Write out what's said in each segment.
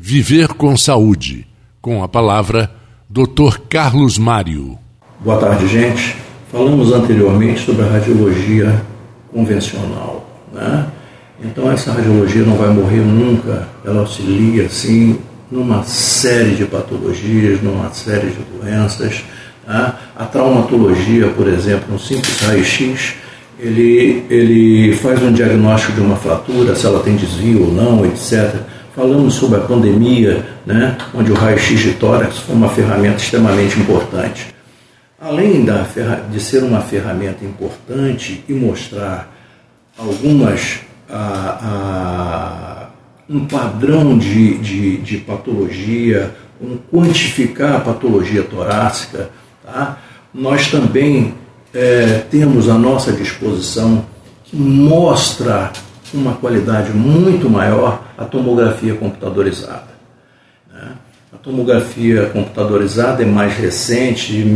Viver com Saúde. Com a palavra, Dr. Carlos Mário. Boa tarde, gente. Falamos anteriormente sobre a radiologia convencional, né? Então essa radiologia não vai morrer nunca. Ela auxilia, sim, numa série de patologias, numa série de doenças. Né? A traumatologia, por exemplo, um simples raio-x, ele faz um diagnóstico de uma fratura, se ela tem desvio ou não, etc. Falamos sobre a pandemia, né? Onde o raio-x de tórax foi uma ferramenta extremamente importante. Além de ser uma ferramenta importante e mostrar um padrão de patologia, quantificar a patologia torácica, tá? Nós também temos à nossa disposição, que mostra uma qualidade muito maior, a tomografia computadorizada. Né? A tomografia computadorizada é mais recente, de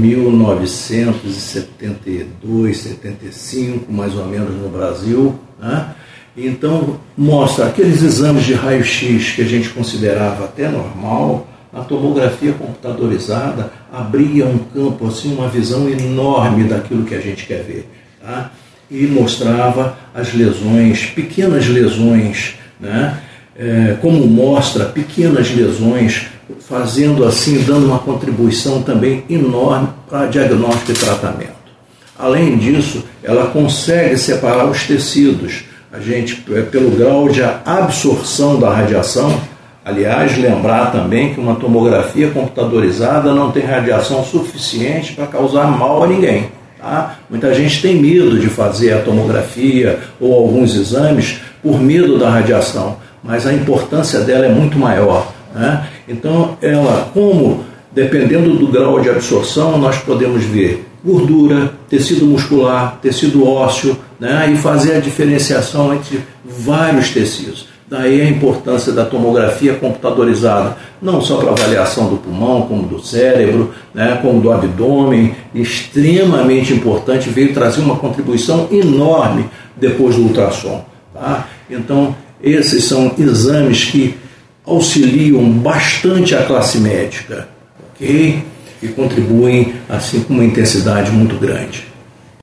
1972, 75, mais ou menos no Brasil. Né? Então, mostra aqueles exames de raio-x que a gente considerava até normal. A tomografia computadorizada abria um campo, assim, uma visão enorme daquilo que a gente quer ver. Tá? E mostrava as lesões, pequenas lesões, né? Como mostra pequenas lesões, fazendo assim, dando uma contribuição também enorme para diagnóstico e tratamento. Além disso, ela consegue separar os tecidos. A gente, pelo grau de absorção da radiação, aliás, lembrar também que uma tomografia computadorizada não tem radiação suficiente para causar mal a ninguém. Tá? Muita gente tem medo de fazer a tomografia ou alguns exames por medo da radiação, mas a importância dela é muito maior. Né? Então, ela, dependendo do grau de absorção, nós podemos ver gordura, tecido muscular, tecido ósseo, né? E fazer a diferenciação entre vários tecidos. Daí a importância da tomografia computadorizada, não só para avaliação do pulmão, como do cérebro, né, como do abdômen, extremamente importante, veio trazer uma contribuição enorme depois do ultrassom. Tá? Então, esses são exames que auxiliam bastante a classe médica, ok? E contribuem assim com uma intensidade muito grande.